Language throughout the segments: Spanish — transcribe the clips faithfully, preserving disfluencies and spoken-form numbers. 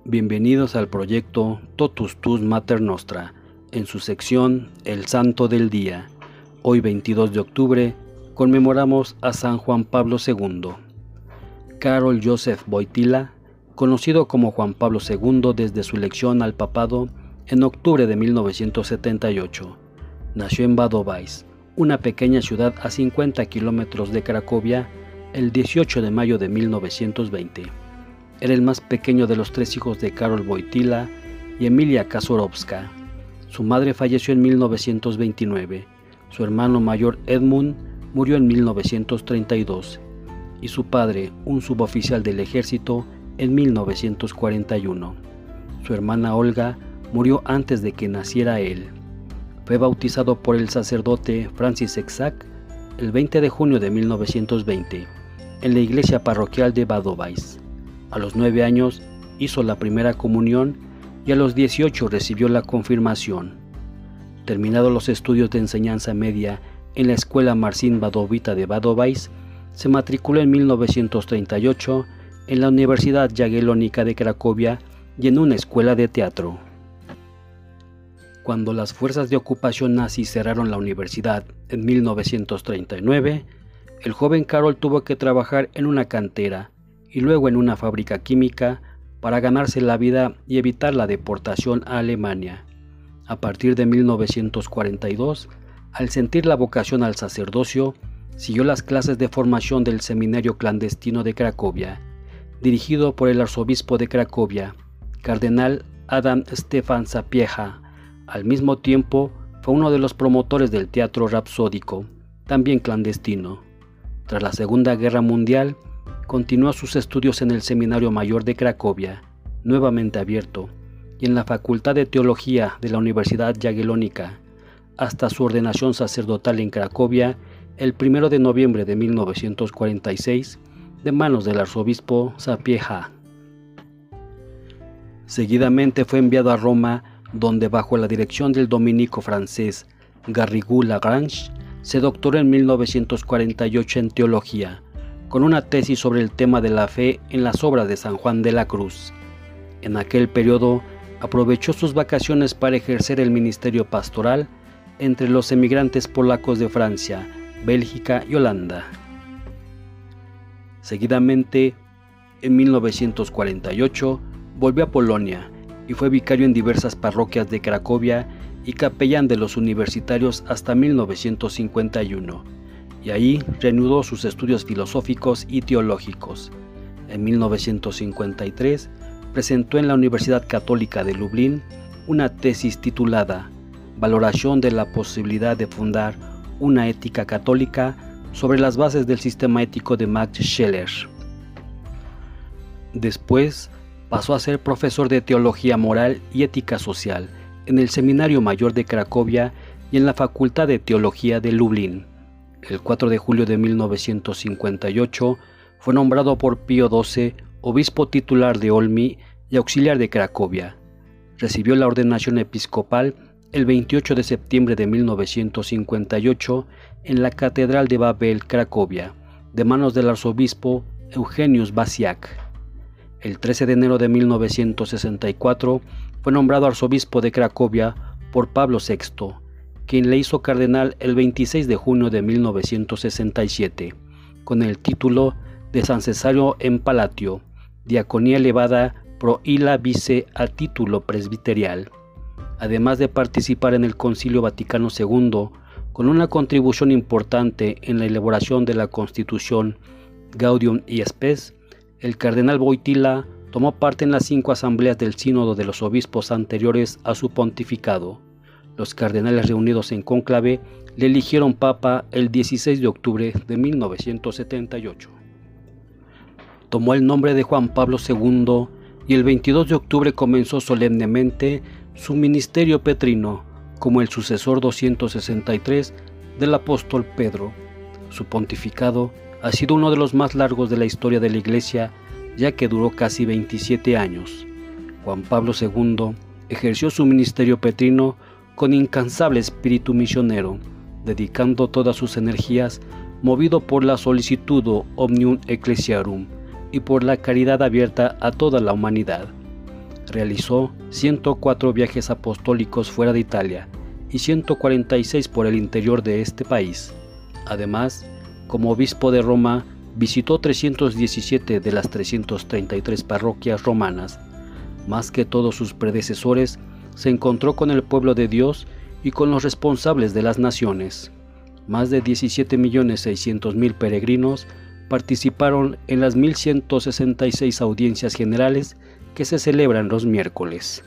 Bienvenidos al proyecto Totus Tus Mater Nostra, en su sección El Santo del Día. Hoy veintidós de octubre conmemoramos a San Juan Pablo segundo. Karol Józef Wojtyła, conocido como Juan Pablo segundo desde su elección al papado en octubre de mil novecientos setenta y ocho, nació en Wadowice, una pequeña ciudad a cincuenta kilómetros de Cracovia, el dieciocho de mayo de mil novecientos veinte. Era el más pequeño de los tres hijos de Karol Wojtyła y Emilia Kaczorowska. Su madre falleció en mil novecientos veintinueve, su hermano mayor Edmund murió en mil novecientos treinta y dos y su padre, un suboficial del ejército, en mil novecientos cuarenta y uno. Su hermana Olga murió antes de que naciera él. Fue bautizado por el sacerdote Francis Exac el veinte de junio de mil novecientos veinte en la iglesia parroquial de Wadowice. A los nueve años hizo la primera comunión y a los dieciocho recibió la confirmación. Terminados los estudios de enseñanza media en la Escuela Marcin Wadowita de Wadowice, se matriculó en mil novecientos treinta y ocho en la Universidad Jagiellónica de Cracovia y en una escuela de teatro. Cuando las fuerzas de ocupación nazi cerraron la universidad en mil novecientos treinta y nueve, el joven Karol tuvo que trabajar en una cantera y luego en una fábrica química para ganarse la vida y evitar la deportación a Alemania. A partir de mil novecientos cuarenta y dos, al sentir la vocación al sacerdocio, siguió las clases de formación del seminario clandestino de Cracovia, dirigido por el arzobispo de Cracovia, cardenal Adam Stefan Sapieha. Al mismo tiempo, fue uno de los promotores del teatro rapsódico, también clandestino. Tras la Segunda Guerra Mundial, continuó sus estudios en el Seminario Mayor de Cracovia, nuevamente abierto, y en la Facultad de Teología de la Universidad Jagiellónica, hasta su ordenación sacerdotal en Cracovia el primero de noviembre de mil novecientos cuarenta y seis, de manos del arzobispo Sapieha. Seguidamente fue enviado a Roma, donde bajo la dirección del dominico francés Garrigou Lagrange, se doctoró en mil novecientos cuarenta y ocho en teología, con una tesis sobre el tema de la fe en las obras de San Juan de la Cruz. En aquel periodo aprovechó sus vacaciones para ejercer el ministerio pastoral entre los emigrantes polacos de Francia, Bélgica y Holanda. Seguidamente, en mil novecientos cuarenta y ocho, volvió a Polonia y fue vicario en diversas parroquias de Cracovia y capellán de los universitarios hasta mil novecientos cincuenta y uno, y ahí reanudó sus estudios filosóficos y teológicos. En mil novecientos cincuenta y tres presentó en la Universidad Católica de Lublin una tesis titulada Valoración de la posibilidad de fundar una ética católica sobre las bases del sistema ético de Max Scheler. Después pasó a ser profesor de Teología Moral y Ética Social en el Seminario Mayor de Cracovia y en la Facultad de Teología de Lublin. El cuatro de julio de mil novecientos cincuenta y ocho fue nombrado por Pío doce obispo titular de Olmi y auxiliar de Cracovia. Recibió la ordenación episcopal el veintiocho de septiembre de mil novecientos cincuenta y ocho en la Catedral de Babel, Cracovia, de manos del arzobispo Eugeniusz Basiak. El trece de enero de mil novecientos sesenta y cuatro fue nombrado arzobispo de Cracovia por Pablo sexto, quien le hizo cardenal el veintiséis de junio de mil novecientos sesenta y siete, con el título de San Cesario en Palatio, diaconía elevada pro illa vice a título presbiterial. Además de participar en el Concilio Vaticano segundo, con una contribución importante en la elaboración de la Constitución Gaudium et Spes, el cardenal Wojtyła tomó parte en las cinco asambleas del Sínodo de los Obispos anteriores a su pontificado. Los cardenales reunidos en cónclave le eligieron papa el dieciséis de octubre de mil novecientos setenta y ocho. Tomó el nombre de Juan Pablo segundo y el veintidós de octubre comenzó solemnemente su ministerio petrino como el sucesor doscientos sesenta y tres del apóstol Pedro. Su pontificado ha sido uno de los más largos de la historia de la Iglesia, ya que duró casi veintisiete años. Juan Pablo segundo ejerció su ministerio petrino con incansable espíritu misionero, dedicando todas sus energías, movido por la solicitudo omnium ecclesiarum y por la caridad abierta a toda la humanidad. Realizó ciento cuatro viajes apostólicos fuera de Italia y ciento cuarenta y seis por el interior de este país. Además, como obispo de Roma, visitó trescientas diecisiete de las trescientas treinta y tres parroquias romanas. Más que todos sus predecesores, se encontró con el pueblo de Dios y con los responsables de las naciones. Más de diecisiete millones seiscientos mil peregrinos participaron en las mil ciento sesenta y seis audiencias generales que se celebran los miércoles.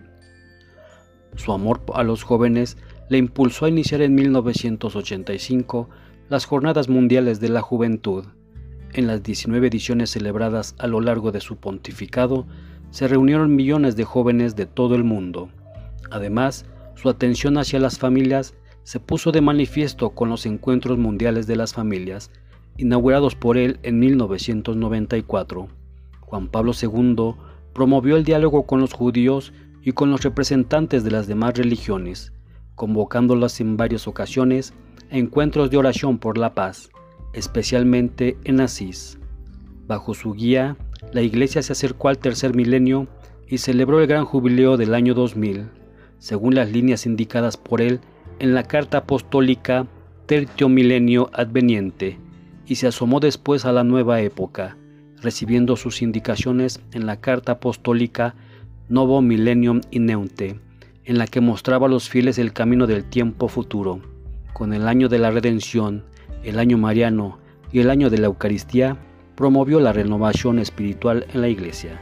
Su amor a los jóvenes le impulsó a iniciar en mil novecientos ochenta y cinco las Jornadas Mundiales de la Juventud. En las diecinueve ediciones celebradas a lo largo de su pontificado, se reunieron millones de jóvenes de todo el mundo. Además, su atención hacia las familias se puso de manifiesto con los Encuentros Mundiales de las Familias, inaugurados por él en mil novecientos noventa y cuatro. Juan Pablo segundo promovió el diálogo con los judíos y con los representantes de las demás religiones, convocándolas en varias ocasiones a encuentros de oración por la paz, especialmente en Asís. Bajo su guía, la Iglesia se acercó al tercer milenio y celebró el gran jubileo del año dos mil, según las líneas indicadas por él en la Carta Apostólica Tertio Milenio Adveniente, y se asomó después a la nueva época, recibiendo sus indicaciones en la Carta Apostólica Novo Millennium Ineunte, en la que mostraba a los fieles el camino del tiempo futuro. Con el año de la redención, el año mariano y el año de la Eucaristía, promovió la renovación espiritual en la Iglesia.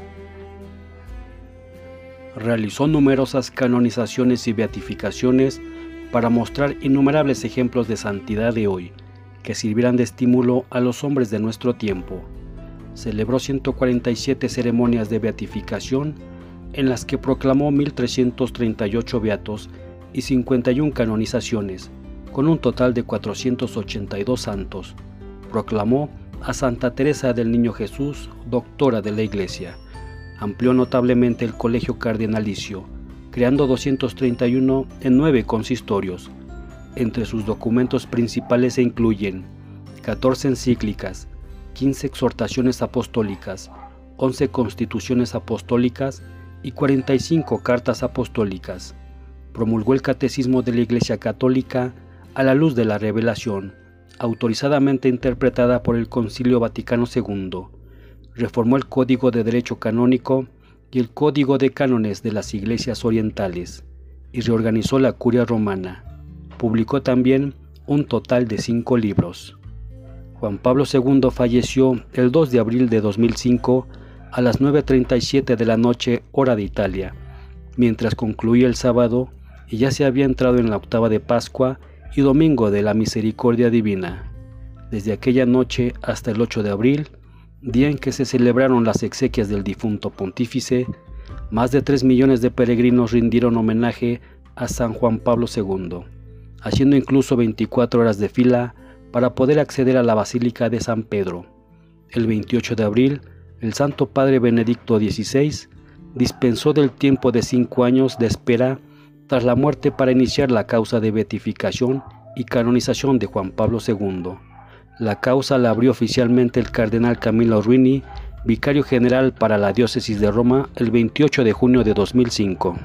Realizó numerosas canonizaciones y beatificaciones para mostrar innumerables ejemplos de santidad de hoy, que sirvieran de estímulo a los hombres de nuestro tiempo. Celebró ciento cuarenta y siete ceremonias de beatificación, en las que proclamó mil trescientos treinta y ocho beatos y cincuenta y una canonizaciones, con un total de cuatrocientos ochenta y dos santos. Proclamó a Santa Teresa del Niño Jesús, doctora de la Iglesia. Amplió notablemente el colegio cardinalicio, creando doscientos treinta y uno en nueve consistorios. Entre sus documentos principales se incluyen catorce encíclicas, quince exhortaciones apostólicas, once constituciones apostólicas y cuarenta y cinco cartas apostólicas. Promulgó el Catecismo de la Iglesia Católica a la luz de la revelación, autorizadamente interpretada por el Concilio Vaticano segundo. Reformó el Código de Derecho Canónico y el Código de Cánones de las Iglesias Orientales, y reorganizó la Curia Romana. Publicó también un total de cinco libros. Juan Pablo segundo falleció el dos de abril de dos mil cinco a las nueve treinta y siete de la noche, hora de Italia, mientras concluía el sábado y ya se había entrado en la octava de Pascua y domingo de la Misericordia Divina. Desde aquella noche hasta el ocho de abril, día en que se celebraron las exequias del difunto pontífice, más de tres millones de peregrinos rindieron homenaje a San Juan Pablo segundo, haciendo incluso veinticuatro horas de fila para poder acceder a la Basílica de San Pedro. El veintiocho de abril, el Santo Padre Benedicto dieciséis dispensó del tiempo de cinco años de espera tras la muerte para iniciar la causa de beatificación y canonización de Juan Pablo segundo. La causa la abrió oficialmente el cardenal Camillo Ruini, vicario general para la diócesis de Roma, el veintiocho de junio de dos mil cinco.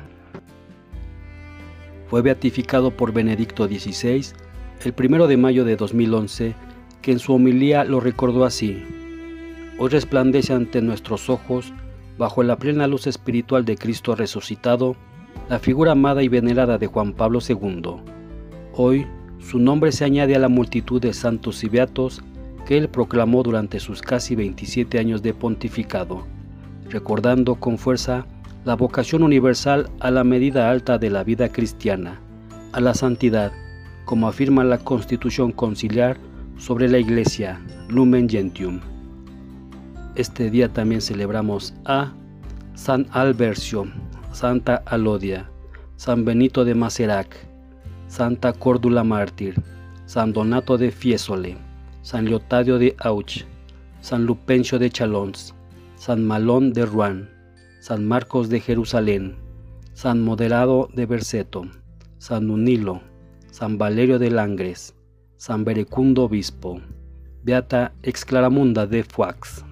Fue beatificado por Benedicto dieciséis el primero de mayo de dos mil once, que en su homilía lo recordó así: hoy resplandece ante nuestros ojos, bajo la plena luz espiritual de Cristo resucitado, la figura amada y venerada de Juan Pablo segundo. Hoy, su nombre se añade a la multitud de santos y beatos que él proclamó durante sus casi veintisiete años de pontificado, recordando con fuerza la vocación universal a la medida alta de la vida cristiana, a la santidad, como afirma la Constitución Conciliar sobre la Iglesia, Lumen Gentium. Este día también celebramos a San Albercio, Santa Alodia, San Benito de Macerac, Santa Córdula Mártir, San Donato de Fiesole, San Leotadio de Auch, San Lupencio de Chalons, San Malón de Rouen, San Marcos de Jerusalén, San Moderado de Berceto, San Unilo, San Valerio de Langres, San Berecundo Obispo, Beata Exclaramunda de Foix.